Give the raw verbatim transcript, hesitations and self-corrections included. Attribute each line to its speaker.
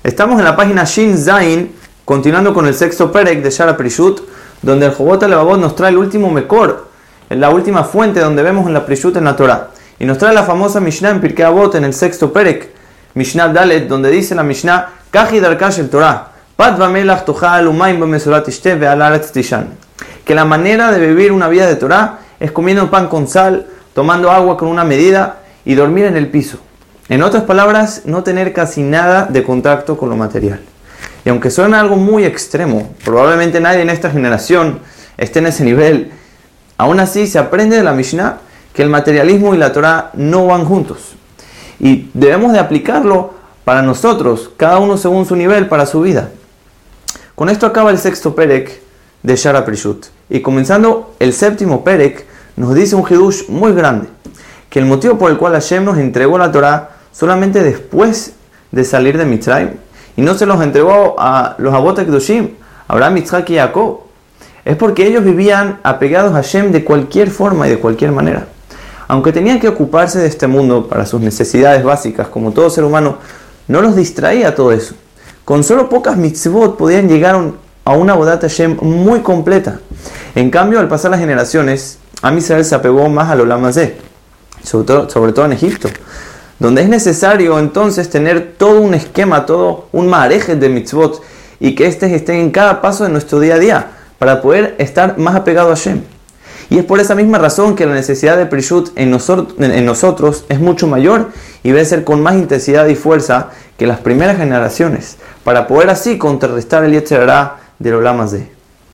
Speaker 1: Estamos en la página Shin Zain, continuando con el sexto Perek de Shara Prishut, donde el Jobot HaLevavot nos trae el último Mekor, la última fuente donde vemos en la Prishut en la Torah. Y nos trae la famosa Mishnah en Pirkei Avot en el sexto Perek, Mishnah Dalet, donde dice la Mishnah, Kaji darkash el Torah, Pat vamelach tochal umayim bemesurat ishte ve'al haaretz tishan. Que la manera de vivir una vida de Torah es comiendo pan con sal, tomando agua con una medida y dormir en el piso. En otras palabras, no tener casi nada de contacto con lo material. Y aunque suena algo muy extremo, probablemente nadie en esta generación esté en ese nivel, aún así se aprende de la Mishnah que el materialismo y la Torah no van juntos. Y debemos de aplicarlo para nosotros, cada uno según su nivel para su vida. Con esto acaba el sexto Perek de Shara Prishut. Y comenzando el séptimo Perek, nos dice un hidush muy grande, que el motivo por el cual Hashem nos entregó la Torah solamente después de salir de Mitzrayim, y no se los entregó a los Avot HaKadoshim, Abraham, Yitzhak y Jacob, es porque ellos vivían apegados a Hashem de cualquier forma y de cualquier manera. Aunque tenían que ocuparse de este mundo para sus necesidades básicas, como todo ser humano, no los distraía todo eso. Con solo pocas mitzvot podían llegar a una Avodat Hashem muy completa. En cambio, al pasar las generaciones, Am Israel se apegó más al Olam Hazé, sobre todo, sobre todo en Egipto, donde es necesario entonces tener todo un esquema, todo un ma'arejet de mitzvot, y que estos estén en cada paso de nuestro día a día, para poder estar más apegado a Hashem. Y es por esa misma razón que la necesidad de Prishut en, nosotros, en nosotros es mucho mayor y debe ser con más intensidad y fuerza que las primeras generaciones, para poder así contrarrestar el Yetzer Hará del Olam Hazé.